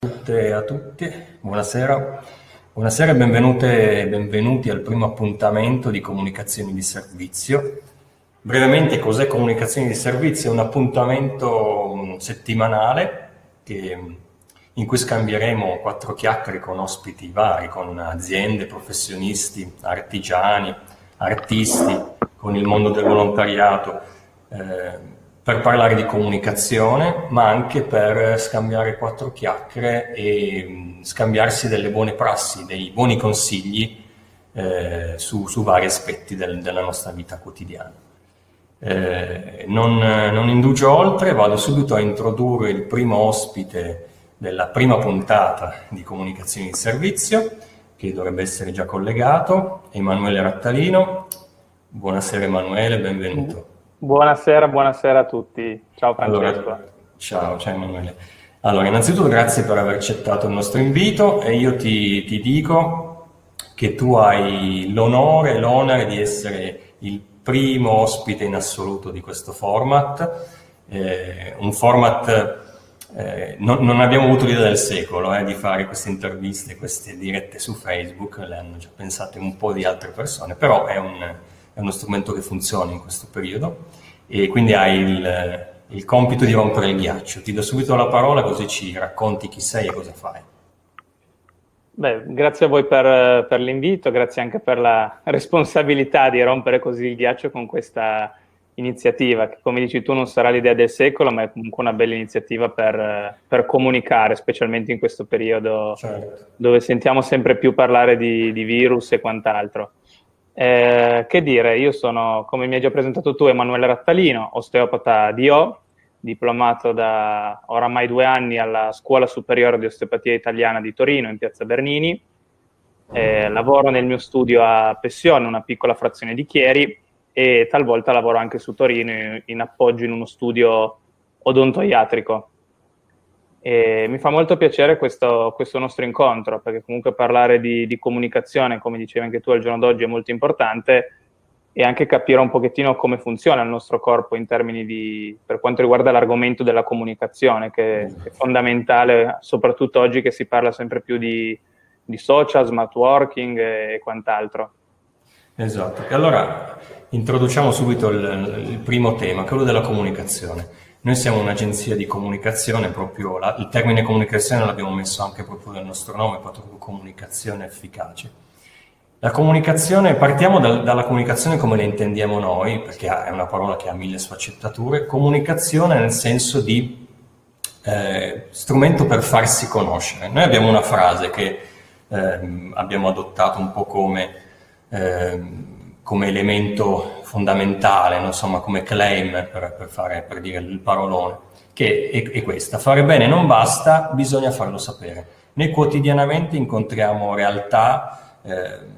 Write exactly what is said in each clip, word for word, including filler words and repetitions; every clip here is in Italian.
Tutte e a tutti, buonasera. Buonasera e benvenute e benvenuti al primo appuntamento di Comunicazioni di Servizio. Brevemente, cos'è Comunicazioni di Servizio? È un appuntamento mh, settimanale che, mh, in cui scambieremo quattro chiacchiere con ospiti vari, con aziende, professionisti, artigiani, artisti, con il mondo del volontariato, eh, per parlare di comunicazione, ma anche per scambiare quattro chiacchiere e mh, scambiarsi delle buone prassi, dei buoni consigli eh, su, su vari aspetti del- della nostra vita quotidiana. Eh, non, non indugio oltre, vado subito a introdurre il primo ospite della prima puntata di Comunicazioni di Servizio, che dovrebbe essere già collegato, Emanuele Rattalino. Buonasera Emanuele, benvenuto. Buonasera, buonasera a tutti. Ciao Francesco. Allora, ciao, ciao Emanuele. Allora, innanzitutto grazie per aver accettato il nostro invito e io ti, ti dico che tu hai l'onore e l'onere di essere il primo ospite in assoluto di questo format, eh, un format, eh, non, non abbiamo avuto l'idea del secolo eh, di fare queste interviste, queste dirette su Facebook, le hanno già pensate un po' di altre persone, però è un, è uno strumento che funziona in questo periodo e quindi hai il, il compito di rompere il ghiaccio. Ti do subito la parola così ci racconti chi sei e cosa fai. Beh, grazie a voi per, per l'invito, grazie anche per la responsabilità di rompere così il ghiaccio con questa iniziativa, che come dici tu non sarà l'idea del secolo, ma è comunque una bella iniziativa per, per comunicare, specialmente in questo periodo Certo. dove sentiamo sempre più parlare di, di virus e quant'altro. Eh, che dire, io sono, come mi hai già presentato tu, Emanuele Rattalino, osteopata D O, diplomato da oramai due anni alla Scuola Superiore di Osteopatia Italiana di Torino, in Piazza Bernini. Eh, lavoro nel mio studio a Pessione, una piccola frazione di Chieri, e talvolta lavoro anche su Torino in appoggio in uno studio odontoiatrico. E mi fa molto piacere questo, questo nostro incontro, perché comunque parlare di, di comunicazione, come dicevi anche tu al giorno d'oggi, è molto importante, e anche capire un pochettino come funziona il nostro corpo in termini di, per quanto riguarda l'argomento della comunicazione, che è fondamentale, soprattutto oggi che si parla sempre più di, di social, smart working e, e quant'altro. Esatto. E allora introduciamo subito il, il primo tema, quello della comunicazione. Noi siamo un'agenzia di comunicazione, proprio la- il termine comunicazione l'abbiamo messo anche proprio nel nostro nome, proprio comunicazione efficace. La comunicazione, partiamo dal- dalla comunicazione come la intendiamo noi, perché è una parola che ha mille sfaccettature. Comunicazione nel senso di eh, strumento per farsi conoscere. Noi abbiamo una frase che ehm, abbiamo adottato un po' come, ehm, come elemento fondamentale, no? Insomma, come claim per, per fare, per dire il parolone, che è, è questa: fare bene non basta, bisogna farlo sapere. Noi quotidianamente incontriamo realtà, eh,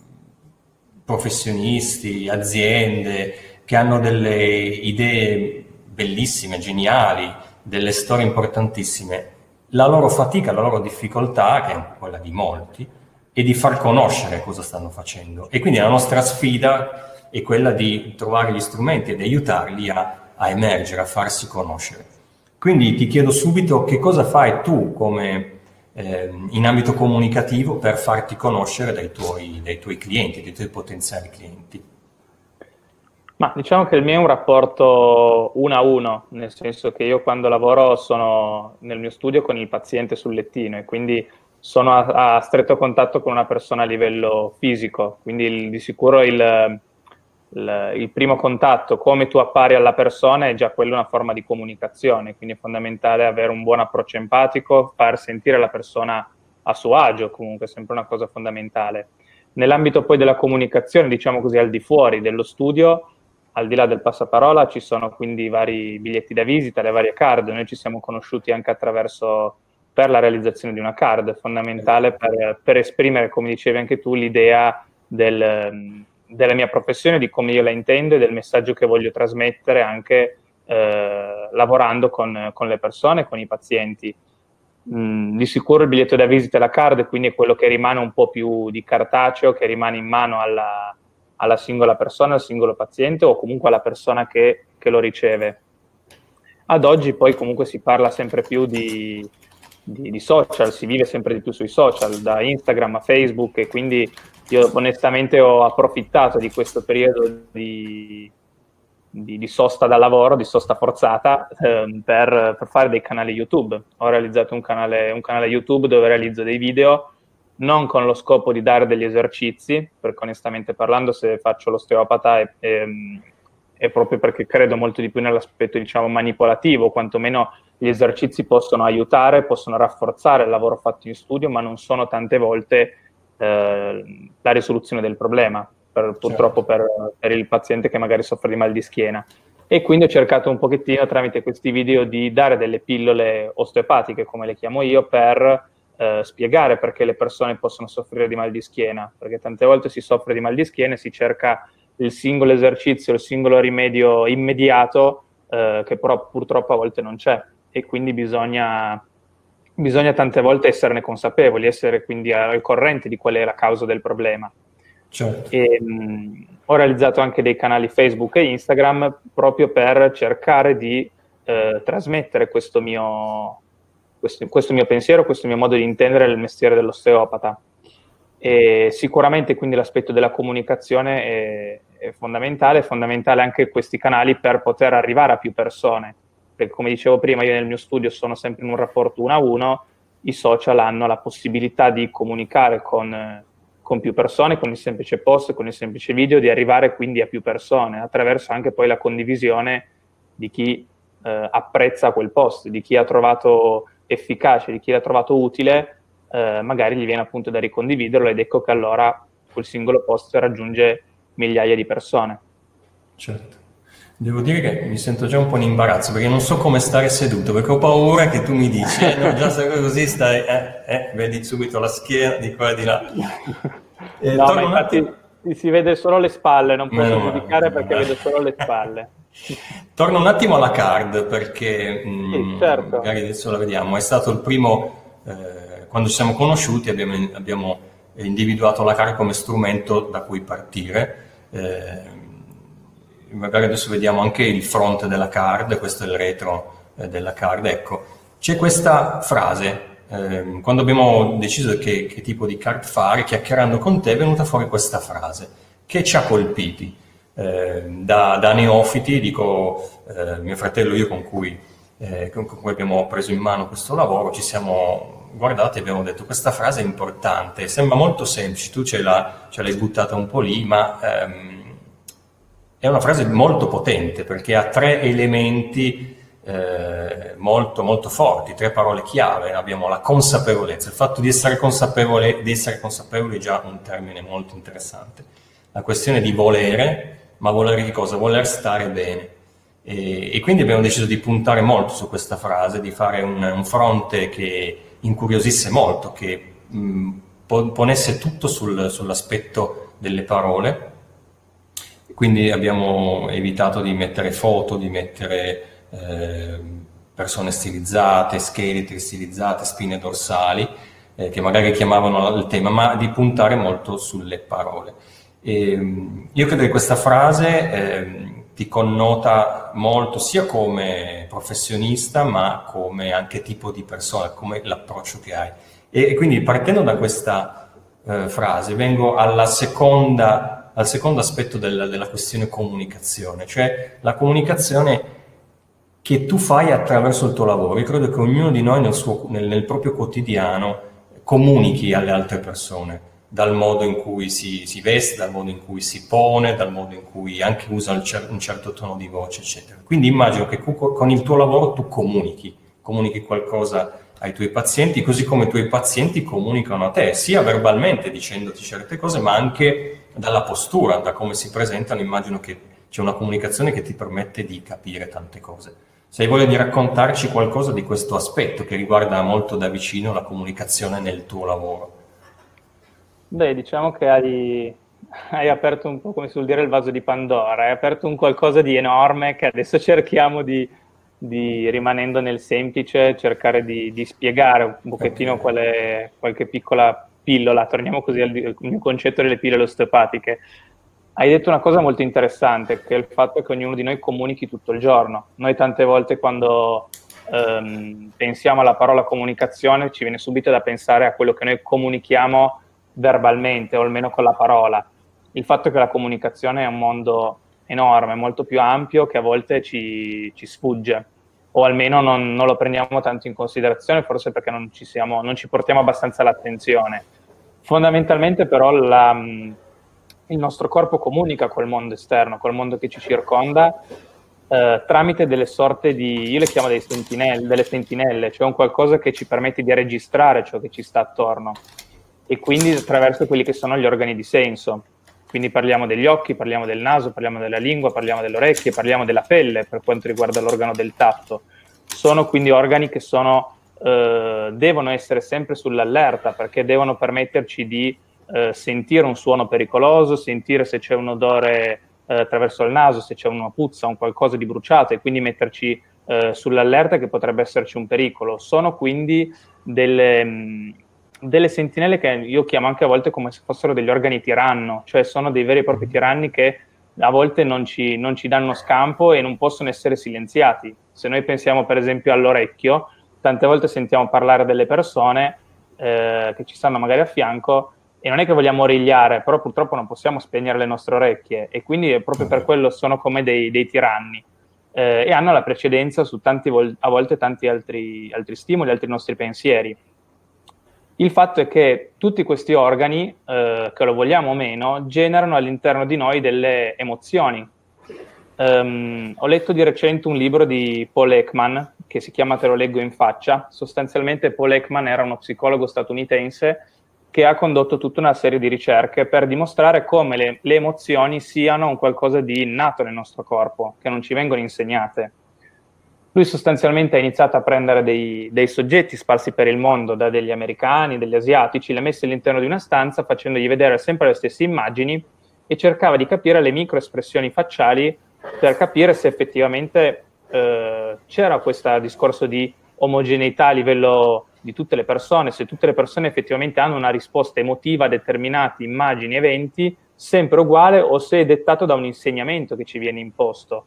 professionisti, aziende che hanno delle idee bellissime, geniali, delle storie importantissime. La loro fatica, la loro difficoltà, che è quella di molti, è di far conoscere cosa stanno facendo. E quindi la nostra sfida è quella di trovare gli strumenti ed aiutarli a, a emergere, a farsi conoscere. Quindi ti chiedo subito che cosa fai tu come eh, in ambito comunicativo per farti conoscere dai tuoi, dai tuoi clienti, dai tuoi potenziali clienti. Ma diciamo che il mio è un rapporto uno a uno, nel senso che io quando lavoro sono nel mio studio con il paziente sul lettino e quindi sono a, a stretto contatto con una persona a livello fisico, quindi il- di sicuro il, il- il primo contatto, come tu appari alla persona, è già quella una forma di comunicazione, quindi è fondamentale avere un buon approccio empatico, far sentire la persona a suo agio, comunque è sempre una cosa fondamentale. Nell'ambito poi della comunicazione, diciamo così, al di fuori dello studio, al di là del passaparola, ci sono quindi i vari biglietti da visita, le varie card. Noi ci siamo conosciuti anche attraverso, per la realizzazione di una card, fondamentale per, per esprimere, come dicevi anche tu, l'idea del, della mia professione, di come io la intendo e del messaggio che voglio trasmettere anche eh, lavorando con, con le persone, con i pazienti. Mm, di sicuro il biglietto da visita e la card, quindi è quello che rimane un po' più di cartaceo, che rimane in mano alla, alla singola persona, al singolo paziente o comunque alla persona che, che lo riceve. Ad oggi poi comunque si parla sempre più di, di, di social, si vive sempre di più sui social, da Instagram a Facebook, e quindi io onestamente ho approfittato di questo periodo di, di, di sosta da lavoro, di sosta forzata, eh, per, per fare dei canali YouTube. Ho realizzato un canale, un canale YouTube dove realizzo dei video, non con lo scopo di dare degli esercizi, perché onestamente parlando, se faccio l'osteopata è, è, è proprio perché credo molto di più nell'aspetto, diciamo, manipolativo. Quantomeno gli esercizi possono aiutare, possono rafforzare il lavoro fatto in studio, ma non sono tante volte eh, la risoluzione del problema, per, purtroppo per, per il paziente che magari soffre di mal di schiena. E quindi ho cercato un pochettino, tramite questi video, di dare delle pillole osteopatiche, come le chiamo io, per Eh, spiegare perché le persone possono soffrire di mal di schiena, perché tante volte si soffre di mal di schiena e si cerca il singolo esercizio, il singolo rimedio immediato, eh, che però purtroppo a volte non c'è, e quindi bisogna, bisogna tante volte esserne consapevoli, essere quindi al corrente di qual è la causa del problema. Certo. E, mh, ho realizzato anche dei canali Facebook e Instagram proprio per cercare di eh, trasmettere questo mio Questo, questo mio pensiero, questo mio modo di intendere il mestiere dell'osteopata. E sicuramente quindi l'aspetto della comunicazione è, è fondamentale, è fondamentale anche questi canali per poter arrivare a più persone, perché come dicevo prima, io nel mio studio sono sempre in un rapporto uno a uno, i social hanno la possibilità di comunicare con, con più persone, con il semplice post, con il semplice video, di arrivare quindi a più persone, attraverso anche poi la condivisione di chi eh, apprezza quel post, di chi ha trovato efficace, di chi l'ha trovato utile, eh, magari gli viene appunto da ricondividerlo, ed ecco che allora quel singolo post raggiunge migliaia di persone. Certo. Devo dire che mi sento già un po' in imbarazzo, perché non so come stare seduto, perché ho paura che tu mi dici, eh, no, già se così stai, eh, eh, vedi subito la schiena di qua e di là. Eh, no, ma infatti attimo... si vede solo le spalle, non posso Meno giudicare male, perché vedo solo le spalle. Torno un attimo alla card, perché mh, sì, certo. magari adesso la vediamo. È stato il primo, eh, quando ci siamo conosciuti abbiamo, abbiamo individuato la card come strumento da cui partire. Eh, magari adesso vediamo anche il front della card, questo è il retro eh, della card. Ecco, c'è questa frase, eh, quando abbiamo deciso che, che tipo di card fare, chiacchierando con te è venuta fuori questa frase che ci ha colpiti. Eh, da, da neofiti, dico eh, mio fratello e io con cui, eh, con cui abbiamo preso in mano questo lavoro, ci siamo guardati e abbiamo detto: questa frase è importante, sembra molto semplice, tu ce, la, ce l'hai buttata un po' lì, ma ehm, è una frase molto potente, perché ha tre elementi eh, molto molto forti, tre parole chiave. Abbiamo la consapevolezza, il fatto di essere consapevole, di essere consapevoli è già un termine molto interessante, la questione di volere. Ma volere di cosa? Voler stare bene. E, e quindi abbiamo deciso di puntare molto su questa frase, di fare un, un fronte che incuriosisse molto, che mh, ponesse tutto sul, sull'aspetto delle parole. Quindi abbiamo evitato di mettere foto, di mettere eh, persone stilizzate, scheletri stilizzate, spine dorsali, eh, che magari chiamavano il tema, ma di puntare molto sulle parole. E io credo che questa frase eh, ti connota molto sia come professionista, ma come anche tipo di persona, come l'approccio che hai. E, e quindi partendo da questa eh, frase vengo alla seconda, al secondo aspetto del, della questione comunicazione, cioè la comunicazione che tu fai attraverso il tuo lavoro. Io credo che ognuno di noi nel, suo, nel, nel proprio quotidiano comunichi alle altre persone, dal modo in cui si, si veste, dal modo in cui si pone, dal modo in cui anche usa un, cer- un certo tono di voce, eccetera. Quindi immagino che cu- con il tuo lavoro tu comunichi, comunichi qualcosa ai tuoi pazienti, così come i tuoi pazienti comunicano a te, sia verbalmente dicendoti certe cose, ma anche dalla postura, da come si presentano. Immagino che c'è una comunicazione che ti permette di capire tante cose. Se hai voglia di raccontarci qualcosa di questo aspetto che riguarda molto da vicino la comunicazione nel tuo lavoro. Beh, diciamo che hai, hai aperto un po', come si vuol dire, il vaso di Pandora, hai aperto un qualcosa di enorme che adesso cerchiamo di, di rimanendo nel semplice, cercare di, di spiegare un pochettino okay. qual è qualche piccola pillola. Torniamo così al, al mio concetto delle pillole osteopatiche. Hai detto una cosa molto interessante, che è il fatto che ognuno di noi comunichi tutto il giorno. Noi tante volte quando ehm, pensiamo alla parola comunicazione, ci viene subito da pensare a quello che noi comunichiamo verbalmente, o almeno con la parola. Il fatto è che la comunicazione è un mondo enorme, molto più ampio, che a volte ci, ci sfugge, o almeno non, non lo prendiamo tanto in considerazione, forse perché non ci, siamo, non ci portiamo abbastanza l'attenzione. Fondamentalmente però la, il nostro corpo comunica col mondo esterno, col mondo che ci circonda, eh, tramite delle sorte di, io le chiamo dei sentinelle, delle sentinelle, cioè un qualcosa che ci permette di registrare ciò che ci sta attorno, e quindi attraverso quelli che sono gli organi di senso. Quindi parliamo degli occhi, parliamo del naso, parliamo della lingua, parliamo delle orecchie, parliamo della pelle per quanto riguarda l'organo del tatto. Sono quindi organi che sono, eh, devono essere sempre sull'allerta, perché devono permetterci di eh, sentire un suono pericoloso, sentire se c'è un odore eh, attraverso il naso, se c'è una puzza, un qualcosa di bruciato, e quindi metterci eh, sull'allerta che potrebbe esserci un pericolo. Sono quindi delle... Mh, delle sentinelle che io chiamo anche a volte come se fossero degli organi tiranno, cioè sono dei veri e propri tiranni che a volte non ci, non ci danno scampo e non possono essere silenziati. Se noi pensiamo per esempio all'orecchio, tante volte sentiamo parlare delle persone eh, che ci stanno magari a fianco, e non è che vogliamo origliare, però purtroppo non possiamo spegnere le nostre orecchie, e quindi proprio per quello sono come dei, dei tiranni eh, e hanno la precedenza su tanti, a volte tanti altri, altri stimoli, altri nostri pensieri. Il fatto è che tutti questi organi, eh, che lo vogliamo o meno, generano all'interno di noi delle emozioni. Um, ho letto di recente un libro di Paul Ekman, che si chiama Te lo leggo in faccia. Sostanzialmente Paul Ekman era uno psicologo statunitense che ha condotto tutta una serie di ricerche per dimostrare come le, le emozioni siano un qualcosa di innato nel nostro corpo, che non ci vengono insegnate. Lui sostanzialmente ha iniziato a prendere dei, dei soggetti sparsi per il mondo, da degli americani, degli asiatici, li ha messi all'interno di una stanza facendogli vedere sempre le stesse immagini, e cercava di capire le microespressioni facciali per capire se effettivamente eh, c'era questo discorso di omogeneità a livello di tutte le persone, se tutte le persone effettivamente hanno una risposta emotiva a determinate immagini, eventi, sempre uguale, o se è dettato da un insegnamento che ci viene imposto.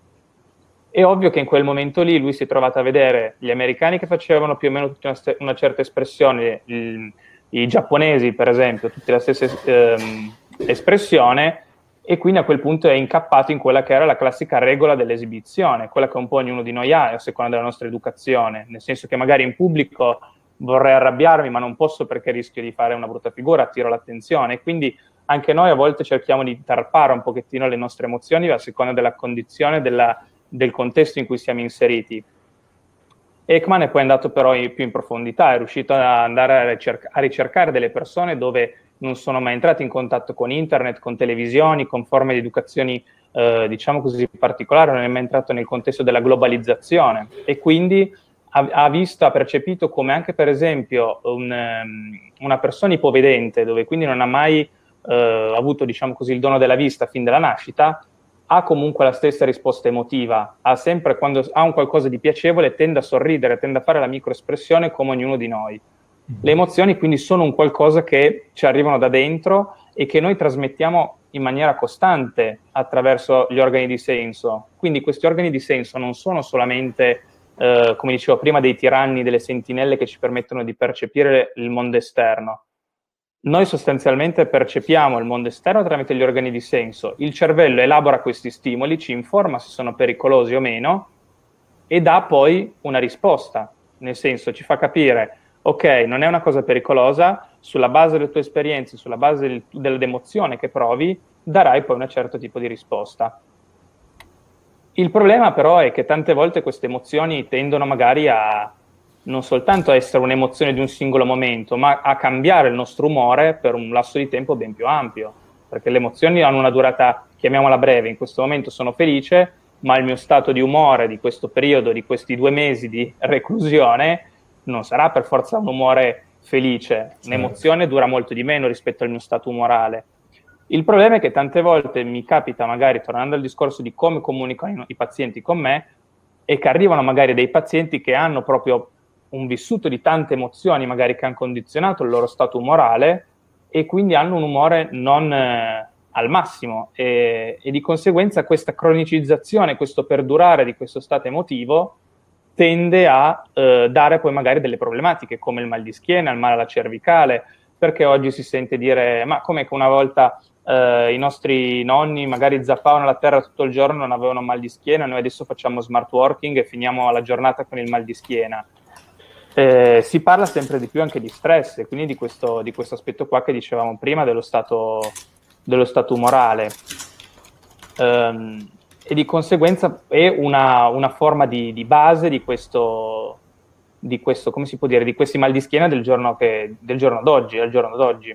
È ovvio che in quel momento lì lui si è trovato a vedere gli americani che facevano più o meno tutta una, una certa espressione, il, i giapponesi per esempio, tutte la stessa ehm, espressione, e quindi a quel punto è incappato in quella che era la classica regola dell'esibizione, quella che un po' ognuno di noi ha a seconda della nostra educazione, nel senso che magari in pubblico vorrei arrabbiarmi ma non posso perché rischio di fare una brutta figura, attiro l'attenzione, e quindi anche noi a volte cerchiamo di tarpare un pochettino le nostre emozioni a seconda della condizione, della del contesto in cui siamo inseriti. Ekman è poi andato però in, più in profondità, è riuscito ad andare a, ricerca, a ricercare delle persone dove non sono mai entrati in contatto con internet, con televisioni, con forme di educazione eh, diciamo così particolari, non è mai entrato nel contesto della globalizzazione, e quindi ha, ha visto, ha percepito come anche per esempio un, um, una persona ipovedente, dove quindi non ha mai eh, avuto diciamo così il dono della vista fin dalla nascita, ha comunque la stessa risposta emotiva, ha sempre, quando ha un qualcosa di piacevole, tende a sorridere, tende a fare la microespressione come ognuno di noi. Le emozioni quindi sono un qualcosa che ci arrivano da dentro e che noi trasmettiamo in maniera costante attraverso gli organi di senso. Quindi questi organi di senso non sono solamente, eh, come dicevo prima, dei tiranni, delle sentinelle che ci permettono di percepire il mondo esterno. Noi sostanzialmente percepiamo il mondo esterno tramite gli organi di senso, il cervello elabora questi stimoli, ci informa se sono pericolosi o meno e dà poi una risposta, nel senso ci fa capire, ok, non è una cosa pericolosa, sulla base delle tue esperienze, sulla base del, dell'emozione che provi, darai poi un certo tipo di risposta. Il problema però è che tante volte queste emozioni tendono magari a non soltanto a essere un'emozione di un singolo momento, ma a cambiare il nostro umore per un lasso di tempo ben più ampio, perché le emozioni hanno una durata, chiamiamola breve, in questo momento sono felice, ma il mio stato di umore di questo periodo, di questi due mesi di reclusione, non sarà per forza un umore felice, un'emozione dura molto di meno rispetto al mio stato umorale. Il problema è che tante volte mi capita, magari tornando al discorso di come comunicano i pazienti con me, e che arrivano magari dei pazienti che hanno proprio un vissuto di tante emozioni, magari che hanno condizionato il loro stato umorale e quindi hanno un umore non eh, al massimo e, e di conseguenza questa cronicizzazione, questo perdurare di questo stato emotivo tende a eh, dare poi magari delle problematiche come il mal di schiena, il male alla cervicale, perché oggi si sente dire ma com'è che una volta eh, i nostri nonni magari zappavano la terra tutto il giorno, non avevano mal di schiena, noi adesso facciamo smart working e finiamo la giornata con il mal di schiena. Eh, si parla sempre di più anche di stress e quindi di questo, di questo aspetto qua che dicevamo prima dello stato, dello stato umorale. Um, e di conseguenza è una, una forma di, di base di questo, di questo, come si può dire, di questi mal di schiena del giorno, che, del giorno d'oggi, al giorno d'oggi.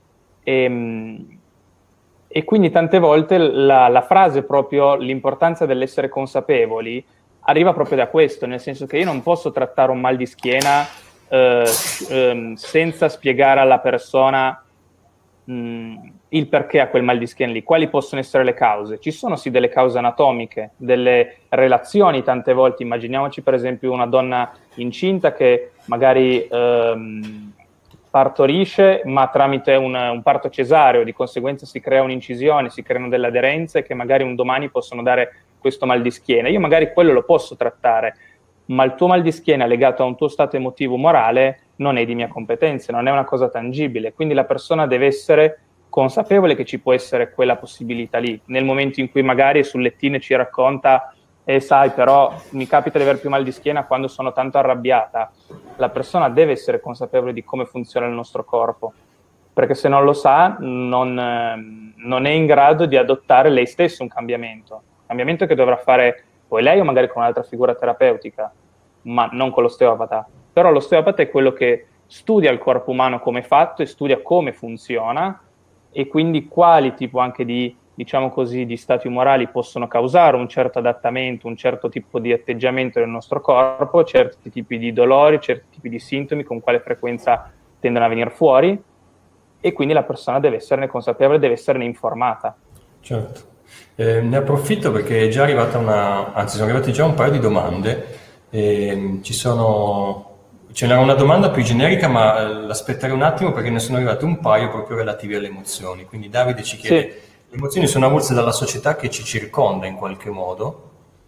E, e quindi tante volte la, la frase proprio, l'importanza dell'essere consapevoli, arriva proprio da questo, nel senso che io non posso trattare un mal di schiena eh, eh, senza spiegare alla persona mh, il perché ha quel mal di schiena lì, quali possono essere le cause. Ci sono sì delle cause anatomiche, delle relazioni tante volte, immaginiamoci per esempio una donna incinta che magari ehm, partorisce ma tramite un, un parto cesareo, di conseguenza si crea un'incisione, si creano delle aderenze che magari un domani possono dare questo mal di schiena. Io magari quello lo posso trattare, ma il tuo mal di schiena legato a un tuo stato emotivo morale non è di mia competenza, non è una cosa tangibile, quindi la persona deve essere consapevole che ci può essere quella possibilità lì. Nel momento in cui magari sul lettino ci racconta e eh, sai però mi capita di avere più mal di schiena quando sono tanto arrabbiata, la persona deve essere consapevole di come funziona il nostro corpo, perché se non lo sa non, eh, non è in grado di adottare lei stessa un cambiamento, un cambiamento che dovrà fare poi lei o magari con un'altra figura terapeutica, ma non con l'osteopata. Però l'osteopata è quello che studia il corpo umano come è fatto e studia come funziona e quindi quali tipo anche di, diciamo così, di stati umorali possono causare un certo adattamento, un certo tipo di atteggiamento del nostro corpo, certi tipi di dolori, certi tipi di sintomi, con quale frequenza tendono a venire fuori, e quindi la persona deve esserne consapevole, deve esserne informata. Certo. Eh, ne approfitto perché è già arrivata una, anzi sono arrivate già un paio di domande. Eh, ci sono, ce n'era una domanda più generica, ma eh, l'aspetterei un attimo perché ne sono arrivate un paio proprio relativi alle emozioni. Quindi Davide ci chiede, sì. Le emozioni sono avulse dalla società che ci circonda in qualche modo?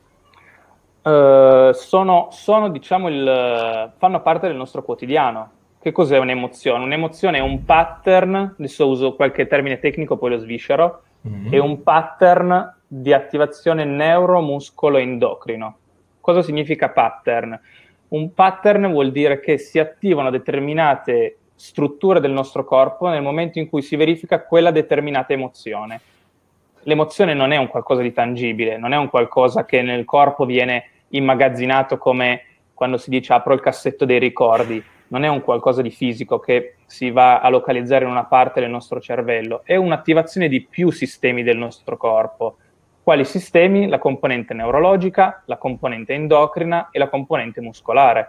Uh, sono, sono, diciamo, il, fanno parte del nostro quotidiano. Che cos'è un'emozione? Un'emozione è un pattern, adesso uso qualche termine tecnico, poi lo sviscero, mm-hmm. È un pattern di attivazione neuromuscolo-endocrino. Cosa significa pattern? Un pattern vuol dire che si attivano determinate strutture del nostro corpo nel momento in cui si verifica quella determinata emozione. L'emozione non è un qualcosa di tangibile, non è un qualcosa che nel corpo viene immagazzinato come quando si dice apro il cassetto dei ricordi, non è un qualcosa di fisico che si va a localizzare in una parte del nostro cervello, è un'attivazione di più sistemi del nostro corpo. Quali sistemi? La componente neurologica, la componente endocrina e la componente muscolare.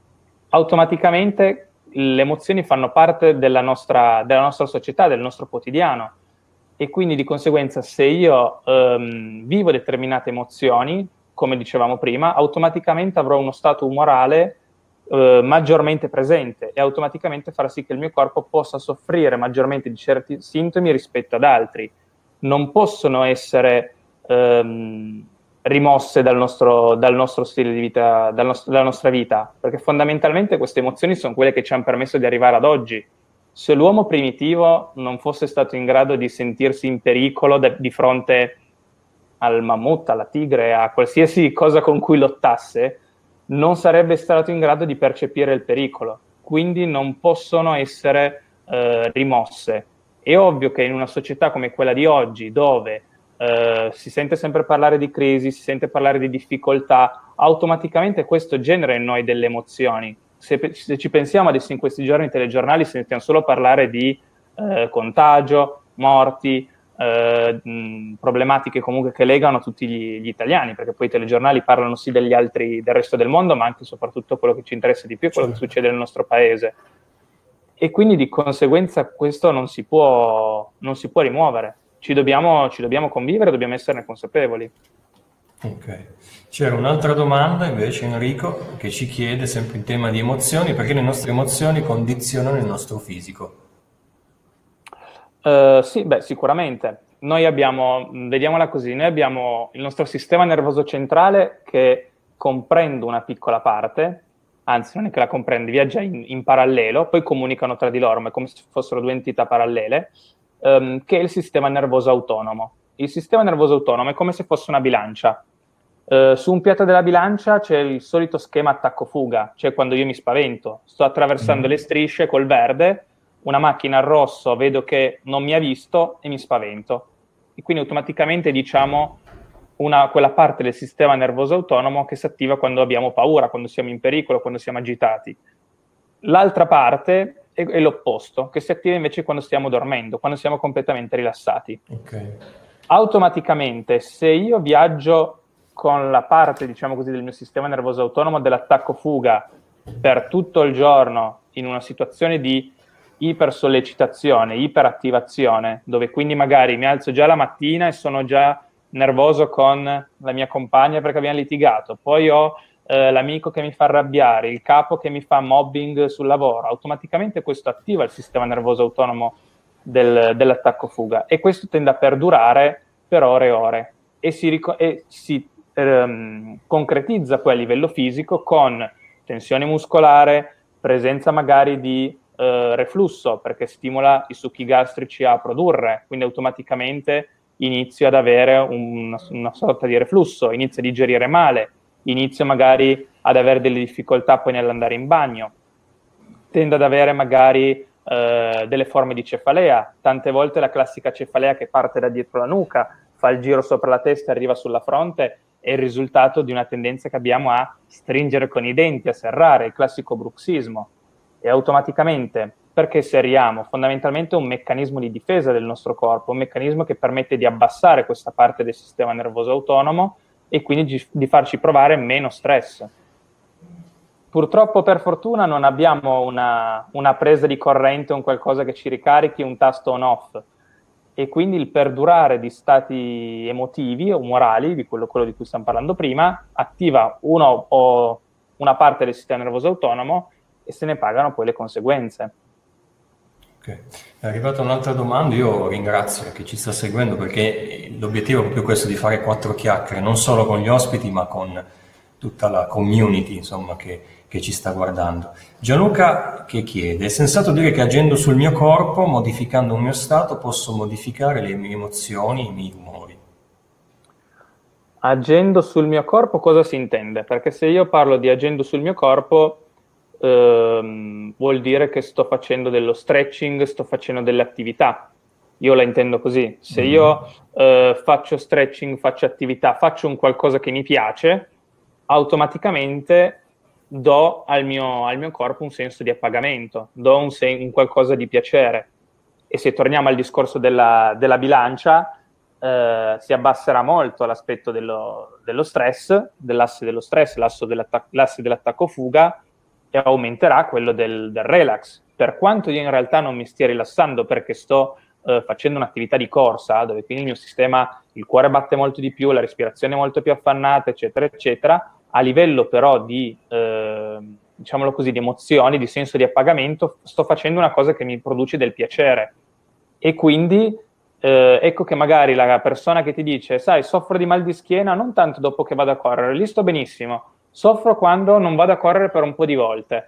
Automaticamente le emozioni fanno parte della nostra, della nostra società, del nostro quotidiano, e quindi di conseguenza se io ehm, vivo determinate emozioni, come dicevamo prima, automaticamente avrò uno stato umorale eh, maggiormente presente e automaticamente farà sì che il mio corpo possa soffrire maggiormente di certi sintomi rispetto ad altri. Non possono essere ehm, rimosse dal nostro, dal nostro stile di vita, dal nostro, dalla nostra vita, perché fondamentalmente queste emozioni sono quelle che ci hanno permesso di arrivare ad oggi. Se l'uomo primitivo non fosse stato in grado di sentirsi in pericolo de- di fronte al mammut, alla tigre, a qualsiasi cosa con cui lottasse, non sarebbe stato in grado di percepire il pericolo, quindi non possono essere eh, rimosse. È ovvio che in una società come quella di oggi, dove eh, si sente sempre parlare di crisi, si sente parlare di difficoltà, automaticamente questo genera in noi delle emozioni. Se, se ci pensiamo adesso in questi giorni i telegiornali sentiamo solo parlare di eh, contagio, morti, eh, mh, problematiche comunque che legano tutti gli, gli italiani, perché poi i telegiornali parlano sì degli altri, del resto del mondo, ma anche e soprattutto quello che ci interessa di più è quello che succede nel nostro paese. E quindi di conseguenza questo non si può, non si può rimuovere. Ci dobbiamo, ci dobbiamo convivere, dobbiamo esserne consapevoli. Ok. C'era un'altra domanda invece, Enrico, che ci chiede sempre in tema di emozioni, perché le nostre emozioni condizionano il nostro fisico. Uh, sì, beh, sicuramente. Noi abbiamo, vediamola così, noi abbiamo il nostro sistema nervoso centrale che comprendo una piccola parte, anzi non è che la comprende, viaggia in, in parallelo, poi comunicano tra di loro, ma è come se fossero due entità parallele, ehm, che è il sistema nervoso autonomo. Il sistema nervoso autonomo è come se fosse una bilancia. Uh, su un piatto della bilancia c'è il solito schema attacco-fuga, cioè quando io mi spavento, sto attraversando mm. le strisce col verde, una macchina al rosso vedo che non mi ha visto e mi spavento. E quindi automaticamente diciamo una, quella parte del sistema nervoso autonomo che si attiva quando abbiamo paura, quando siamo in pericolo, quando siamo agitati. L'altra parte è, è l'opposto, che si attiva invece quando stiamo dormendo, quando siamo completamente rilassati. Okay. Automaticamente, se io viaggio con la parte, diciamo così, del mio sistema nervoso autonomo dell'attacco-fuga per tutto il giorno in una situazione di ipersollecitazione, iperattivazione, dove quindi magari mi alzo già la mattina e sono già nervoso con la mia compagna perché abbiamo litigato, poi ho eh, l'amico che mi fa arrabbiare, il capo che mi fa mobbing sul lavoro, automaticamente questo attiva il sistema nervoso autonomo del, dell'attacco-fuga e questo tende a perdurare per ore e ore e si, ric- e si ehm, concretizza poi a livello fisico con tensione muscolare, presenza magari di eh, reflusso perché stimola i succhi gastrici a produrre, quindi automaticamente inizio ad avere un, una sorta di reflusso, inizio a digerire male, inizio magari ad avere delle difficoltà poi nell'andare in bagno, tendo ad avere magari eh, delle forme di cefalea, tante volte la classica cefalea che parte da dietro la nuca, fa il giro sopra la testa e arriva sulla fronte, è il risultato di una tendenza che abbiamo a stringere con i denti, a serrare, il classico bruxismo, e automaticamente, perché serriamo? Fondamentalmente è un meccanismo di difesa del nostro corpo, un meccanismo che permette di abbassare questa parte del sistema nervoso autonomo e quindi di farci provare meno stress. Purtroppo, per fortuna, non abbiamo una, una presa di corrente, un qualcosa che ci ricarichi, un tasto on-off, e quindi il perdurare di stati emotivi o morali, di quello, quello di cui stiamo parlando prima, attiva uno o una parte del sistema nervoso autonomo e se ne pagano poi le conseguenze. Okay. È arrivata un'altra domanda, io ringrazio chi ci sta seguendo perché l'obiettivo è proprio questo di fare quattro chiacchiere, non solo con gli ospiti ma con tutta la community insomma, che, che ci sta guardando. Gianluca che chiede, è sensato dire che agendo sul mio corpo, modificando un mio stato, posso modificare le mie emozioni, i miei umori? Agendo sul mio corpo cosa si intende? Perché se io parlo di agendo sul mio corpo ehm, vuol dire che sto facendo dello stretching, sto facendo delle attività. Io la intendo così. Se mm-hmm. io eh, faccio stretching, faccio attività, faccio un qualcosa che mi piace, automaticamente do al mio, al mio corpo un senso di appagamento, do un, sen- un qualcosa di piacere. E se torniamo al discorso della, della bilancia, eh, si abbasserà molto l'aspetto dello, dello stress, dell'asse dello stress, l'asse, dell'attac- l'asse dell'attacco-fuga, e aumenterà quello del, del relax. Per quanto io in realtà non mi stia rilassando perché sto eh, facendo un'attività di corsa, dove quindi il mio sistema, il cuore batte molto di più, la respirazione è molto più affannata, eccetera, eccetera, a livello però di, eh, diciamolo così, di emozioni, di senso di appagamento, sto facendo una cosa che mi produce del piacere. E quindi eh, ecco che magari la persona che ti dice, sai, soffro di mal di schiena non tanto dopo che vado a correre, lì sto benissimo, soffro quando non vado a correre per un po' di volte.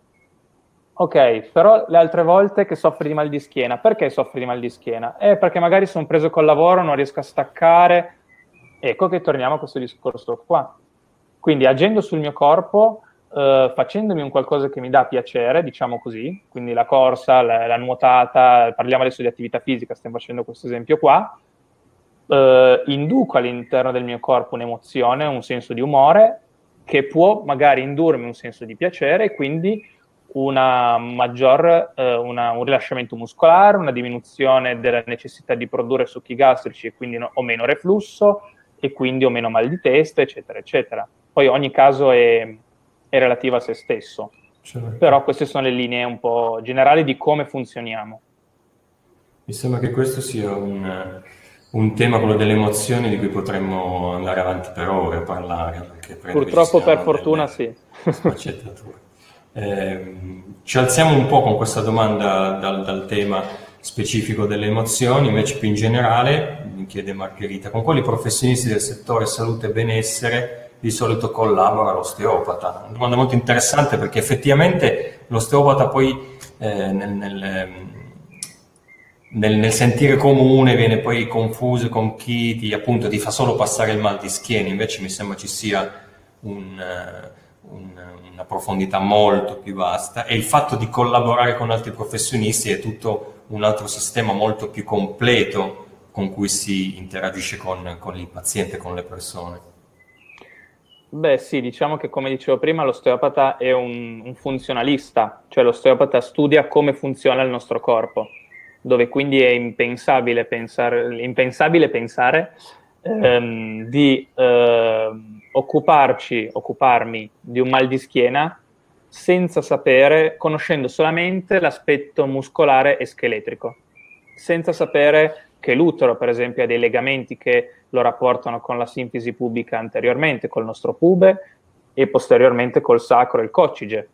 Ok, però le altre volte che soffri di mal di schiena, perché soffri di mal di schiena? Eh, perché magari sono preso col lavoro, non riesco a staccare. Ecco che torniamo a questo discorso qua. Quindi agendo sul mio corpo, eh, facendomi un qualcosa che mi dà piacere, diciamo così, quindi la corsa, la, la nuotata, parliamo adesso di attività fisica, stiamo facendo questo esempio qua, eh, induco all'interno del mio corpo un'emozione, un senso di umore, che può magari indurmi un senso di piacere e quindi una maggior, eh, una, un rilasciamento muscolare, una diminuzione della necessità di produrre succhi gastrici e quindi no, o meno reflusso e quindi o meno mal di testa, eccetera, eccetera. Poi ogni caso è, è relativo a se stesso, certo. Però queste sono le linee un po' generali di come funzioniamo. Mi sembra che questo sia un, un tema, quello delle emozioni, di cui potremmo andare avanti per ore a parlare. Perché purtroppo per fortuna sì. Sfaccettature. Eh, ci alziamo un po' con questa domanda dal, dal tema specifico delle emozioni, invece più in generale, mi chiede Margherita, con quali professionisti del settore salute e benessere di solito collabora l'osteopata? Una domanda molto interessante, perché effettivamente l'osteopata poi eh, nel, nel, nel, nel sentire comune viene poi confuso con chi ti, appunto, ti fa solo passare il mal di schiena. Invece mi sembra ci sia un, un, una profondità molto più vasta, e il fatto di collaborare con altri professionisti è tutto un altro sistema molto più completo con cui si interagisce con, con il paziente, con le persone. Beh sì, diciamo che, come dicevo prima, l'osteopata è un, un funzionalista, cioè l'osteopata studia come funziona il nostro corpo, dove quindi è impensabile pensare, impensabile pensare ehm, di eh, occuparci, occuparmi di un mal di schiena senza sapere, conoscendo solamente l'aspetto muscolare e scheletrico, senza sapere che l'utero, per esempio, ha dei legamenti che lo rapportano con la sinfisi pubica anteriormente, col nostro pube, e posteriormente col sacro e il coccige,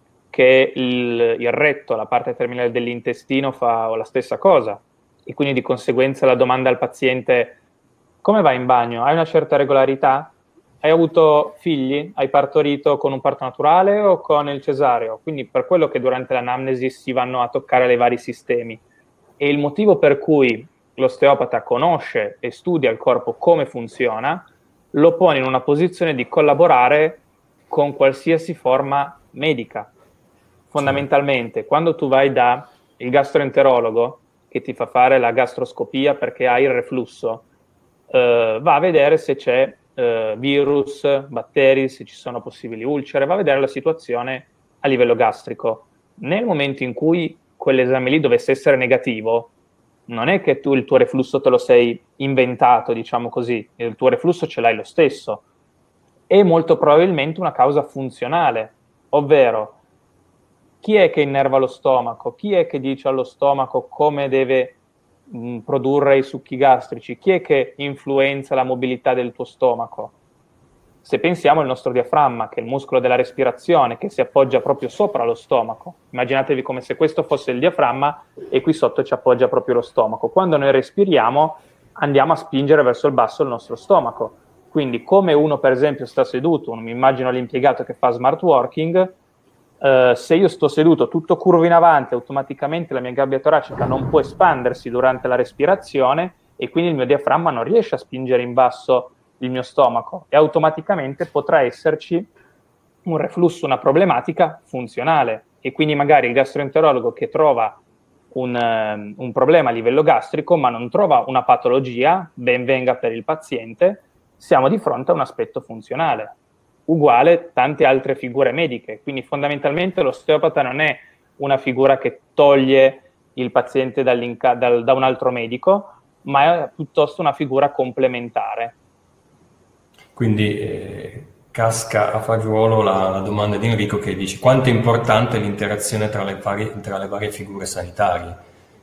che il, il retto, la parte terminale dell'intestino, fa la stessa cosa. E quindi di conseguenza la domanda al paziente: come vai in bagno? Hai una certa regolarità? Hai avuto figli? Hai partorito con un parto naturale o con il cesareo? Quindi per quello che durante l'anamnesi si vanno a toccare i vari sistemi. E il motivo per cui l'osteopata conosce e studia il corpo come funziona lo pone in una posizione di collaborare con qualsiasi forma medica. Fondamentalmente, quando tu vai da il gastroenterologo che ti fa fare la gastroscopia perché hai il reflusso, eh, va a vedere se c'è eh, virus, batteri, se ci sono possibili ulcere, va a vedere la situazione a livello gastrico. Nel momento in cui quell'esame lì dovesse essere negativo, non è che tu il tuo reflusso te lo sei inventato, diciamo così, il tuo reflusso ce l'hai lo stesso. È molto probabilmente una causa funzionale, ovvero chi è che innerva lo stomaco, chi è che dice allo stomaco come deve mh, produrre i succhi gastrici, chi è che influenza la mobilità del tuo stomaco. Se pensiamo al nostro diaframma, che è il muscolo della respirazione, che si appoggia proprio sopra lo stomaco, immaginatevi come se questo fosse il diaframma e qui sotto ci appoggia proprio lo stomaco. Quando noi respiriamo andiamo a spingere verso il basso il nostro stomaco. Quindi come uno, per esempio, sta seduto, mi immagino l'impiegato che fa smart working, eh, se io sto seduto tutto curvo in avanti, automaticamente la mia gabbia toracica non può espandersi durante la respirazione e quindi il mio diaframma non riesce a spingere in basso il mio stomaco e automaticamente potrà esserci un reflusso, una problematica funzionale, e quindi magari il gastroenterologo che trova un, um, un problema a livello gastrico ma non trova una patologia, ben venga per il paziente, siamo di fronte a un aspetto funzionale. Uguale tante altre figure mediche, quindi fondamentalmente l'osteopata non è una figura che toglie il paziente dal, da un altro medico, ma è piuttosto una figura complementare. Quindi eh, casca a fagiolo la, la domanda di Enrico, che dice: quanto è importante l'interazione tra le varie, tra le varie figure sanitarie?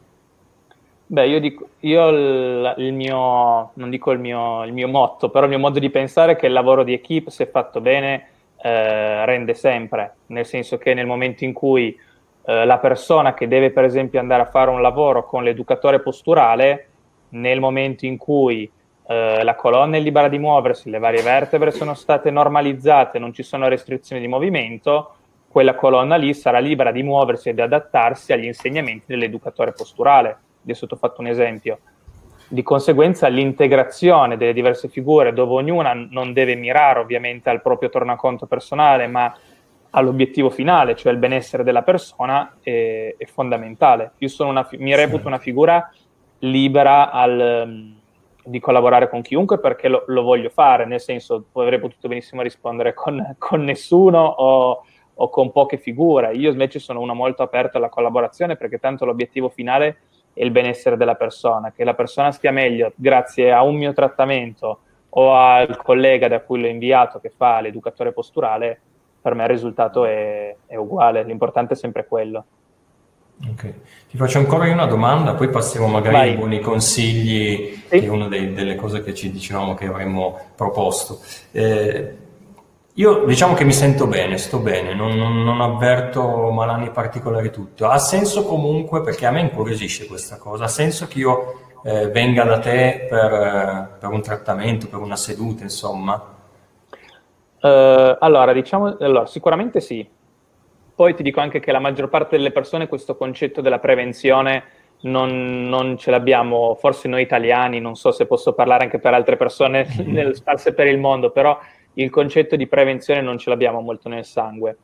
Beh, io dico, io il, il mio, non dico il mio, il mio motto, però il mio modo di pensare è che il lavoro di equipe, se fatto bene, eh, rende sempre, nel senso che nel momento in cui eh, la persona che deve, per esempio, andare a fare un lavoro con l'educatore posturale, nel momento in cui eh, la colonna è libera di muoversi, le varie vertebre sono state normalizzate, non ci sono restrizioni di movimento, quella colonna lì sarà libera di muoversi ed adattarsi agli insegnamenti dell'educatore posturale. Adesso ti ho fatto un esempio. Di conseguenza l'integrazione delle diverse figure, dove ognuna non deve mirare ovviamente al proprio tornaconto personale, ma all'obiettivo finale, cioè il benessere della persona, è, è fondamentale. Io sono una, mi reputo una figura libera al, di collaborare con chiunque perché lo, lo voglio fare, nel senso, avrei potuto benissimo rispondere con, con nessuno o, o con poche figure. Io invece sono uno molto aperto alla collaborazione perché tanto l'obiettivo finale è il benessere della persona, che la persona stia meglio grazie a un mio trattamento o al collega da cui l'ho inviato che fa l'educatore posturale, per me il risultato è, è uguale, l'importante è sempre quello. Ok, ti faccio ancora una domanda, poi passiamo magari Vai. ai buoni consigli, Sì. che è una dei, delle cose che ci dicevamo che avremmo proposto. Eh, io diciamo che mi sento bene, sto bene, non, non, non avverto malanni particolari, tutto. Ha senso comunque, perché a me incuriosisce questa cosa, ha senso che io eh, venga da te per, per un trattamento, per una seduta, insomma? Uh, allora, diciamo, allora, sicuramente sì. Poi ti dico anche che la maggior parte delle persone questo concetto della prevenzione non, non ce l'abbiamo, forse noi italiani, non so se posso parlare anche per altre persone nel, sparse per il mondo, però il concetto di prevenzione non ce l'abbiamo molto nel sangue.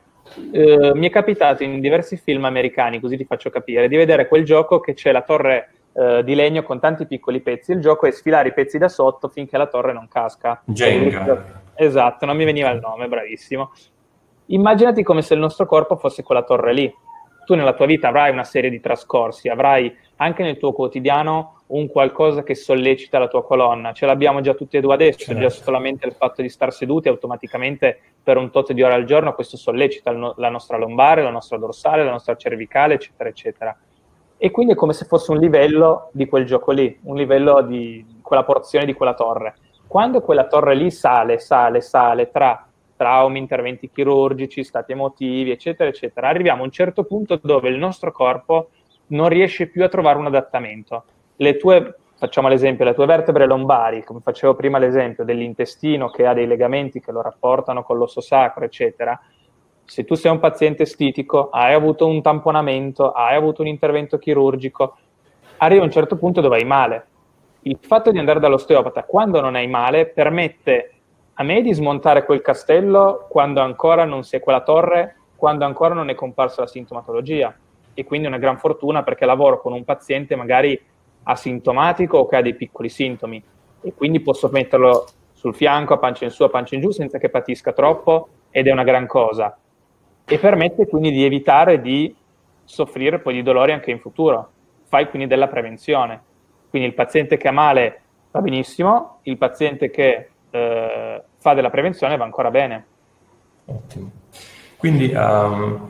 Uh, mi è capitato in diversi film americani, così ti faccio capire, di vedere quel gioco che c'è la torre uh, di legno con tanti piccoli pezzi. Il gioco è sfilare i pezzi da sotto finché la torre non casca. Jenga. Esatto, non mi veniva il nome, bravissimo. Immaginati come se il nostro corpo fosse quella torre lì. Tu nella tua vita avrai una serie di trascorsi, avrai anche nel tuo quotidiano un qualcosa che sollecita la tua colonna. Ce l'abbiamo già tutti e due adesso, certo. Già solamente il fatto di star seduti automaticamente per un tot di ore al giorno, questo sollecita no- la nostra lombare, la nostra dorsale, la nostra cervicale, eccetera, eccetera. E quindi è come se fosse un livello di quel gioco lì, un livello di quella porzione di quella torre. Quando quella torre lì sale, sale, sale, tra traumi, interventi chirurgici, stati emotivi, eccetera, eccetera, arriviamo a un certo punto dove il nostro corpo non riesce più a trovare un adattamento. Le tue, facciamo l'esempio, le tue vertebre lombari, come facevo prima l'esempio dell'intestino che ha dei legamenti che lo rapportano con l'osso sacro, eccetera, se tu sei un paziente stitico, hai avuto un tamponamento, hai avuto un intervento chirurgico, arriva a un certo punto dove hai male. Il fatto di andare dall'osteopata quando non hai male permette a me di smontare quel castello quando ancora non si è quella torre, quando ancora non è comparsa la sintomatologia. E quindi è una gran fortuna perché lavoro con un paziente magari asintomatico o che ha dei piccoli sintomi e quindi posso metterlo sul fianco, a pancia in su, a pancia in giù, senza che patisca troppo, ed è una gran cosa. E permette quindi di evitare di soffrire poi di dolori anche in futuro. Fai quindi della prevenzione. Quindi il paziente che ha male va benissimo, il paziente che eh, fa della prevenzione va ancora bene. Ottimo. Quindi um,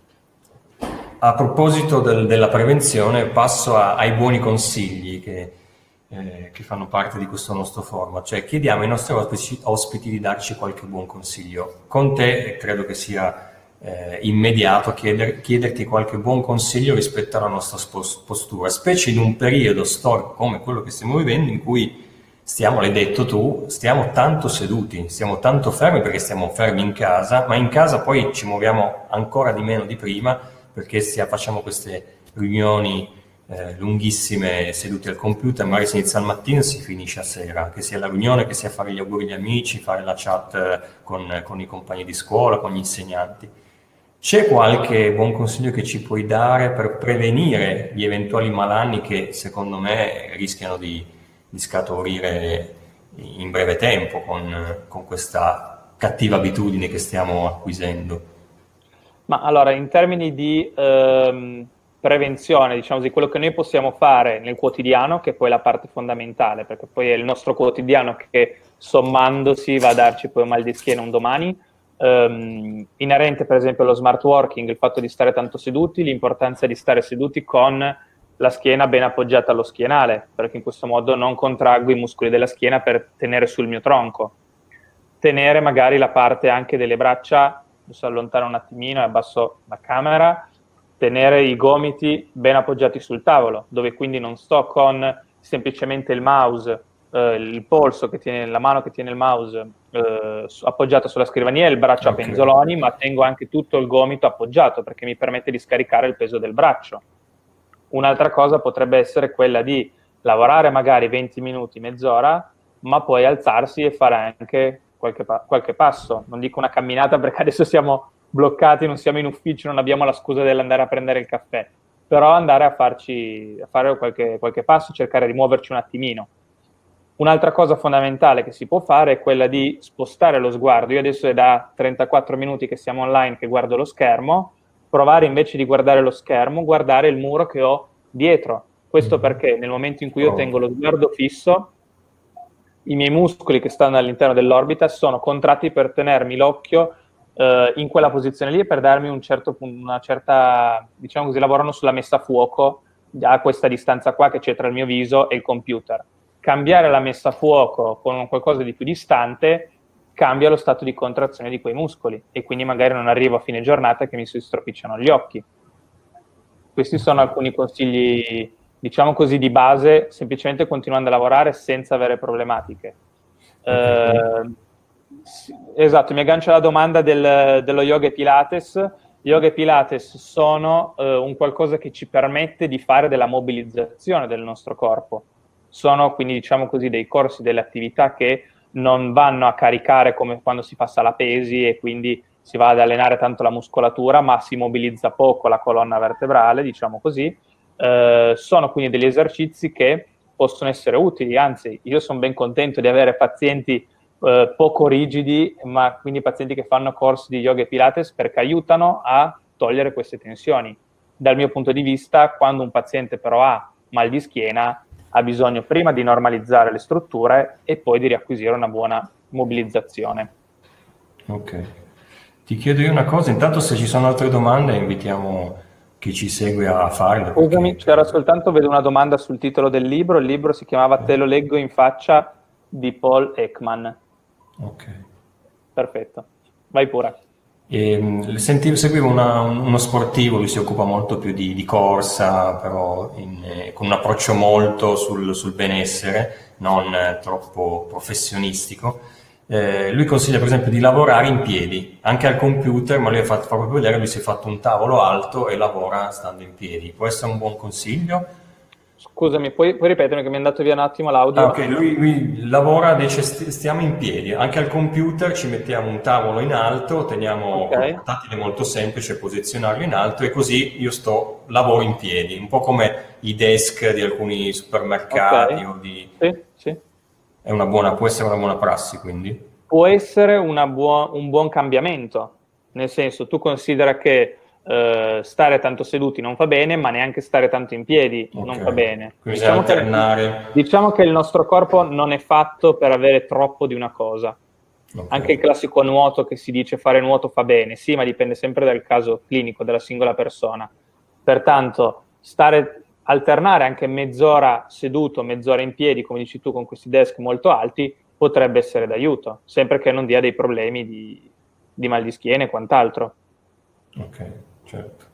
a proposito del, della prevenzione passo a, ai buoni consigli che, eh, che fanno parte di questo nostro format, cioè chiediamo ai nostri ospiti, ospiti di darci qualche buon consiglio. Con te credo che sia eh, immediato chieder, chiederti qualche buon consiglio rispetto alla nostra postura, specie in un periodo storico come quello che stiamo vivendo in cui stiamo, l'hai detto tu, stiamo tanto seduti, stiamo tanto fermi perché stiamo fermi in casa, ma in casa poi ci muoviamo ancora di meno di prima perché stia, facciamo queste riunioni eh, lunghissime seduti al computer, magari si inizia al mattino e si finisce a sera, che sia la riunione, che sia fare gli auguri agli amici, fare la chat eh, con, con i compagni di scuola, con gli insegnanti. C'è qualche buon consiglio che ci puoi dare per prevenire gli eventuali malanni che secondo me rischiano di, di scaturire in breve tempo con, con questa cattiva abitudine che stiamo acquisendo? Ma allora, in termini di ehm, prevenzione, diciamo così, quello che noi possiamo fare nel quotidiano, che poi è la parte fondamentale, perché poi è il nostro quotidiano che sommandosi va a darci poi un mal di schiena un domani, Um, inerente per esempio allo smart working, il fatto di stare tanto seduti, l'importanza di stare seduti con la schiena ben appoggiata allo schienale, perché in questo modo non contraggo i muscoli della schiena per tenere sul mio tronco. Tenere magari la parte anche delle braccia, adesso allontano un attimino e abbasso la camera, tenere i gomiti ben appoggiati sul tavolo, dove quindi non sto con semplicemente il mouse, eh, il polso che tiene, la mano che tiene il mouse eh, appoggiato sulla scrivania e il braccio okay. a penzoloni, ma tengo anche tutto il gomito appoggiato perché mi permette di scaricare il peso del braccio. Un'altra cosa potrebbe essere quella di lavorare magari venti minuti, mezz'ora, ma poi alzarsi e fare anche qualche, pa- qualche passo. Non dico una camminata perché adesso siamo bloccati, non siamo in ufficio, non abbiamo la scusa dell'andare a prendere il caffè, però andare a farci a fare qualche, qualche passo, cercare di muoverci un attimino. Un'altra cosa fondamentale che si può fare è quella di spostare lo sguardo. Io adesso è da trentaquattro minuti che siamo online che guardo lo schermo, provare invece di guardare lo schermo, guardare il muro che ho dietro. Questo perché nel momento in cui io tengo lo sguardo fisso, i miei muscoli che stanno all'interno dell'orbita sono contratti per tenermi l'occhio eh, in quella posizione lì e per darmi un certo, una certa, diciamo così, lavorano sulla messa a fuoco a questa distanza qua che c'è tra il mio viso e il computer. Cambiare la messa a fuoco con qualcosa di più distante cambia lo stato di contrazione di quei muscoli e quindi magari non arrivo a fine giornata che mi si stropicciano gli occhi. Questi sono alcuni consigli, diciamo così, di base, semplicemente continuando a lavorare senza avere problematiche. Okay. Eh, Sì, esatto, mi aggancio alla domanda del, dello yoga e Pilates. Yoga e Pilates sono eh, un qualcosa che ci permette di fare della mobilizzazione del nostro corpo. Sono quindi, diciamo così, dei corsi, delle attività che non vanno a caricare come quando si fa sala pesi e quindi si va ad allenare tanto la muscolatura, ma si mobilizza poco la colonna vertebrale, diciamo così. Eh, sono quindi degli esercizi che possono essere utili, anzi, io sono ben contento di avere pazienti eh, poco rigidi, ma quindi pazienti che fanno corsi di yoga e Pilates perché aiutano a togliere queste tensioni. Dal mio punto di vista, quando un paziente però ha mal di schiena, ha bisogno prima di normalizzare le strutture e poi di riacquisire una buona mobilizzazione. Ok. Ti chiedo io una cosa, intanto se ci sono altre domande invitiamo chi ci segue a farle. Scusami, Perché... c'era soltanto, vedo una domanda sul titolo del libro, il libro si chiamava Te lo leggo in faccia di Paul Ekman. Ok. Perfetto, vai pure. E, sentivo, seguivo una, uno sportivo, lui si occupa molto più di, di corsa, però in, eh, con un approccio molto sul, sul benessere, non eh, troppo professionistico. Eh, lui consiglia per esempio di lavorare in piedi, anche al computer, ma lui ha fatto, fa proprio vedere, lui si è fatto un tavolo alto e lavora stando in piedi. Può essere un buon consiglio? Scusami, puoi, puoi ripetere che mi è andato via un attimo Ah, l'audio? ok, lui, lui lavora, dice st- stiamo in piedi, anche al computer ci mettiamo un tavolo in alto, teniamo col Ok, portatile molto semplice posizionarlo in alto e così io sto, lavoro in piedi, un po' come i desk di alcuni supermercati ok, o di... sì, sì. È una buona, può essere una buona prassi quindi? Può essere una buo- un buon cambiamento, nel senso tu considera che eh, stare tanto seduti non fa bene, ma neanche stare tanto in piedi non fa Ok, bene. quindi bisogna Diciamo che, alternare. diciamo che il nostro corpo non è fatto per avere troppo di una cosa. Ok, Anche il classico nuoto che si dice fare nuoto fa bene, sì, ma dipende sempre dal caso clinico della singola persona. Pertanto, stare, alternare anche mezz'ora seduto, mezz'ora in piedi, come dici tu, con questi desk molto alti, potrebbe essere d'aiuto, sempre che non dia dei problemi di, di mal di schiena e quant'altro. ok, certo.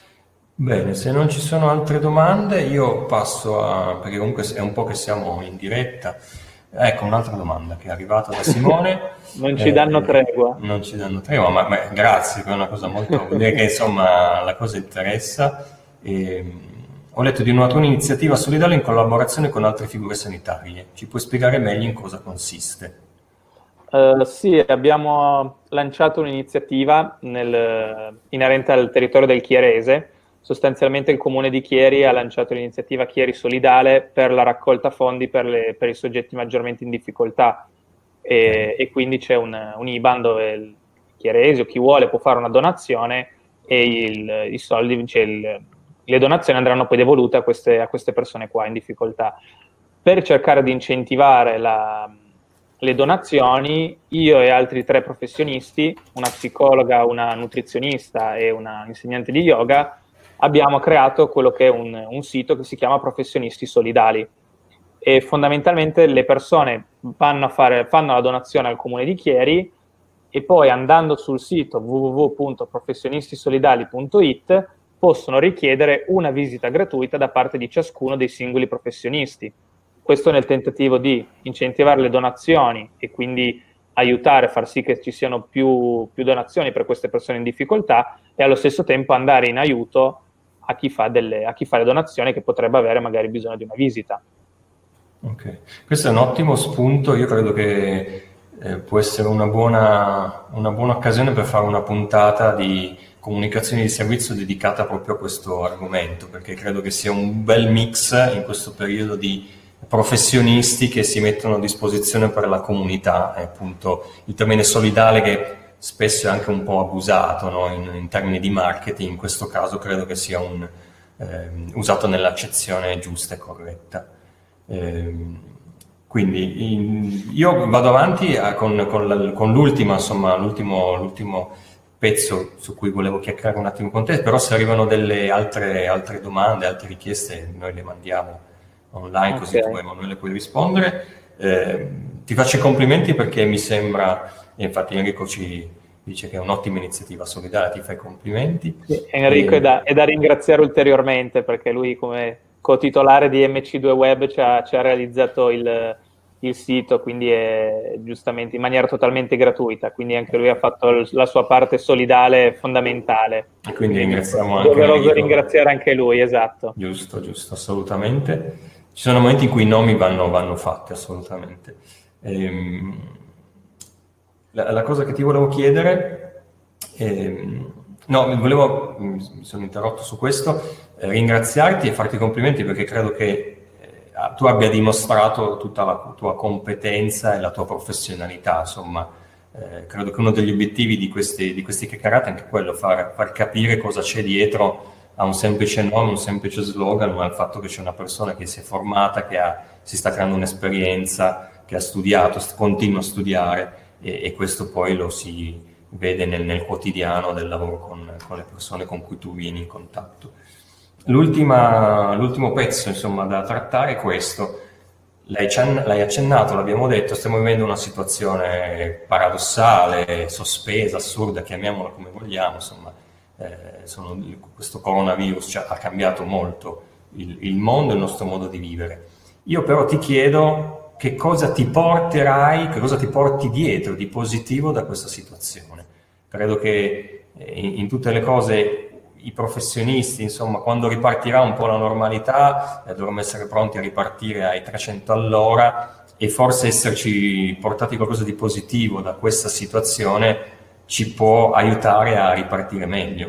Bene, se non ci sono altre domande, io passo a, perché comunque è un po' che siamo in diretta. Ecco, un'altra domanda che è arrivata da Simone. Non ci danno Eh, tregua. non ci danno tregua, ma, ma grazie, è una cosa molto, vuol dire che insomma la cosa interessa. E, ho letto di una tua iniziativa solidale in collaborazione con altre figure sanitarie. Ci puoi spiegare meglio in cosa consiste? Uh, sì, abbiamo lanciato un'iniziativa nel, inerente al territorio del Chierese. Sostanzialmente il comune di Chieri ha lanciato l'iniziativa Chieri Solidale per la raccolta fondi per, le, per i soggetti maggiormente in difficoltà e, e quindi c'è un, un I B A N dove il Chierese o chi vuole può fare una donazione e il, i soldi, cioè il, le donazioni andranno poi devolute a queste, a queste persone qua in difficoltà. Per cercare di incentivare la, le donazioni, io e altri tre professionisti, una psicologa, una nutrizionista e una insegnante di yoga, abbiamo creato quello che è un, un sito che si chiama Professionisti Solidali. E fondamentalmente le persone vanno a fare, fanno la donazione al comune di Chieri e poi andando sul sito w w w punto professionistisolidali punto i t possono richiedere una visita gratuita da parte di ciascuno dei singoli professionisti. Questo nel tentativo di incentivare le donazioni e quindi aiutare a far sì che ci siano più, più donazioni per queste persone in difficoltà e allo stesso tempo andare in aiuto a chi fa, delle, a chi fa le donazioni che potrebbe avere magari bisogno di una visita. Ok, questo è un ottimo spunto, io credo che eh, può essere una buona, una buona occasione per fare una puntata di comunicazione di servizio dedicata proprio a questo argomento, perché credo che sia un bel mix in questo periodo di professionisti che si mettono a disposizione per la comunità, è appunto il termine solidale che spesso è anche un po' abusato, no? in, in termini di marketing, in questo caso credo che sia un, eh, usato nell'accezione giusta e corretta. Eh, quindi in, io vado avanti a, con, con, la, con l'ultima, insomma, l'ultimo, l'ultimo pezzo su cui volevo chiacchierare un attimo con te, però se arrivano delle altre, altre domande, altre richieste, noi le mandiamo online, okay. Così tu Emanuele puoi rispondere. Eh, ti faccio i complimenti perché mi sembra, e infatti Enrico ci dice che è un'ottima iniziativa solidale, ti fai complimenti. Sì, Enrico e... è, da, è da ringraziare ulteriormente perché lui come co-titolare di M C due Web ci ha, ci ha realizzato il, il sito, quindi è giustamente in maniera totalmente gratuita, quindi anche lui ha fatto l- la sua parte solidale fondamentale. E quindi ringraziamo anche Doveroso Enrico. ringraziare anche lui, esatto. Giusto, giusto, assolutamente. Ci sono momenti in cui i nomi vanno, vanno fatti, assolutamente. Ehm, la, la cosa che ti volevo chiedere, ehm, no, volevo, mi sono interrotto su questo, eh, ringraziarti e farti complimenti perché credo che tu abbia dimostrato tutta la tua competenza e la tua professionalità, insomma, eh, credo che uno degli obiettivi di questi, di questi chiacchierate è anche quello, far, far capire cosa c'è dietro a un semplice nome, un semplice slogan, ma al fatto che c'è una persona che si è formata, che ha, si sta creando un'esperienza, che ha studiato, continua a studiare e, e questo poi lo si vede nel, nel quotidiano del lavoro con, con le persone con cui tu vieni in contatto. L'ultima, l'ultimo pezzo, insomma, da trattare è questo. L'hai, l'hai accennato, l'abbiamo detto, stiamo vivendo una situazione paradossale, sospesa, assurda, chiamiamola come vogliamo, insomma, eh, sono, questo coronavirus cioè, ha cambiato molto il, il mondo e il nostro modo di vivere. Io però ti chiedo che cosa ti porterai, che cosa ti porti dietro di positivo da questa situazione. Credo che in, in tutte le cose i professionisti, insomma, quando ripartirà un po' la normalità, eh, dovremmo essere pronti a ripartire ai trecento all'ora e forse esserci portati qualcosa di positivo da questa situazione ci può aiutare a ripartire meglio.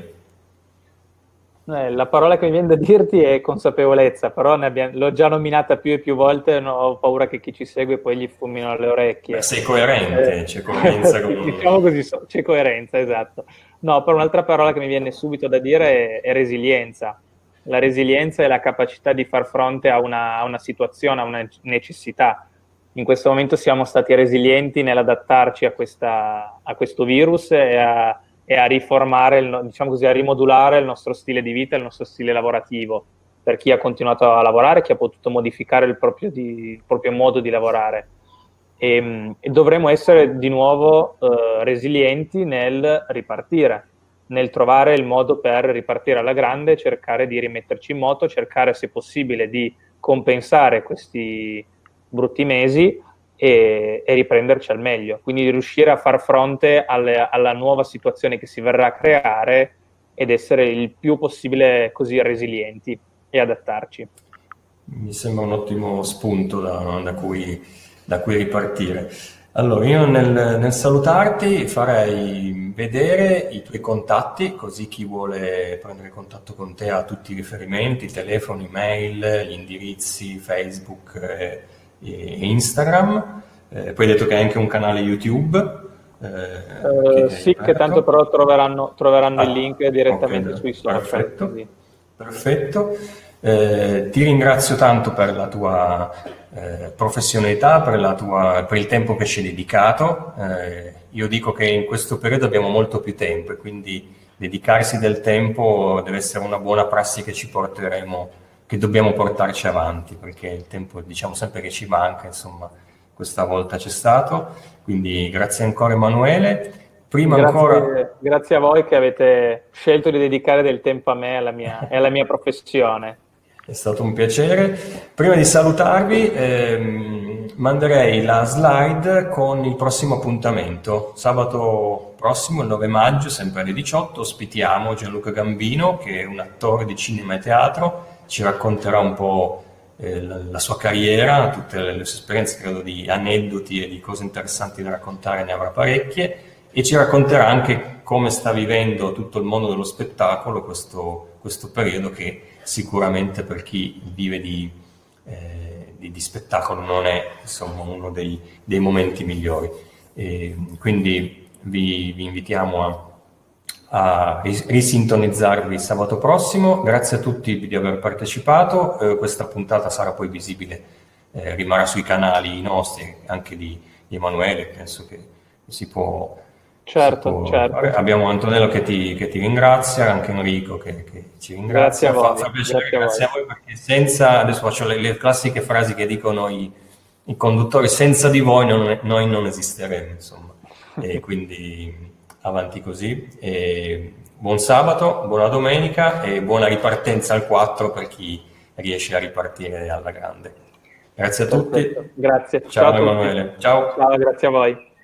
Eh, la parola che mi viene da dirti è consapevolezza, però ne abbiamo, l'ho già nominata più e più volte, no, ho paura che chi ci segue poi gli fumino alle orecchie. Beh, sei coerente, eh, c'è coerenza con... Diciamo così, c'è coerenza, esatto. No, però un'altra parola che mi viene subito da dire è, è resilienza. La resilienza è la capacità di far fronte a una, a una situazione, a una necessità. In questo momento siamo stati resilienti nell'adattarci a, questa, a questo virus e a, e a riformare, il, diciamo così, a rimodulare il nostro stile di vita, il nostro stile lavorativo. Per chi ha continuato a lavorare, chi ha potuto modificare il proprio, di, il proprio modo di lavorare. E, e dovremo essere di nuovo eh, resilienti nel ripartire, nel trovare il modo per ripartire alla grande, cercare di rimetterci in moto, cercare se possibile di compensare questi brutti mesi e, e riprenderci al meglio, quindi di riuscire a far fronte alle, alla nuova situazione che si verrà a creare ed essere il più possibile così resilienti e adattarci. Mi sembra un ottimo spunto da, da cui da cui ripartire. Allora, io nel, nel salutarti farei vedere i tuoi contatti, così chi vuole prendere contatto con te ha tutti i riferimenti, telefono, email, gli indirizzi, Facebook e, e Instagram. Eh, poi hai detto che hai anche un canale YouTube. Eh, uh, sì, che tanto però troveranno, troveranno ah, il link direttamente okay, sui social. Perfetto. Così. Perfetto. Eh, ti ringrazio tanto per la tua eh, professionalità, per, la tua, per il tempo che ci hai dedicato. Eh, io dico che in questo periodo abbiamo molto più tempo e quindi dedicarsi del tempo deve essere una buona prassi che ci porteremo, che dobbiamo portarci avanti, perché il tempo diciamo sempre che ci manca, insomma, questa volta c'è stato. Quindi grazie ancora Emanuele. Prima grazie, ancora... grazie a voi che avete scelto di dedicare del tempo a me e alla mia, e alla mia professione. È stato un piacere. Prima di salutarvi ehm, manderei la slide con il prossimo appuntamento. Sabato prossimo, il nove maggio, sempre alle diciotto, ospitiamo Gianluca Gambino, che è un attore di cinema e teatro, ci racconterà un po' eh, la, la sua carriera, tutte le, le sue esperienze, credo di aneddoti e di cose interessanti da raccontare, ne avrà parecchie, e ci racconterà anche come sta vivendo tutto il mondo dello spettacolo questo, questo periodo che sicuramente per chi vive di, eh, di, di spettacolo non è insomma uno dei, dei momenti migliori. E quindi vi, vi invitiamo a, a risintonizzarvi sabato prossimo. Grazie a tutti di aver partecipato. Eh, questa puntata sarà poi visibile, eh, rimarrà sui canali nostri, anche di, di Emanuele, penso che si può... Certo, può, certo. Abbiamo Antonello che ti, che ti ringrazia, anche Enrico che, che ci ringrazia. Grazie a voi. Fa, fa piacere, grazie, grazie a voi. a voi perché senza, adesso faccio le, le classiche frasi che dicono i, i conduttori, senza di voi non, noi non esisteremo, insomma. E quindi avanti così. E buon sabato, buona domenica e buona ripartenza al quattro per chi riesce a ripartire alla grande. Grazie a tutti. Perfetto. Grazie. Ciao, Ciao a tutti. Emanuele. Ciao. Ciao, grazie a voi.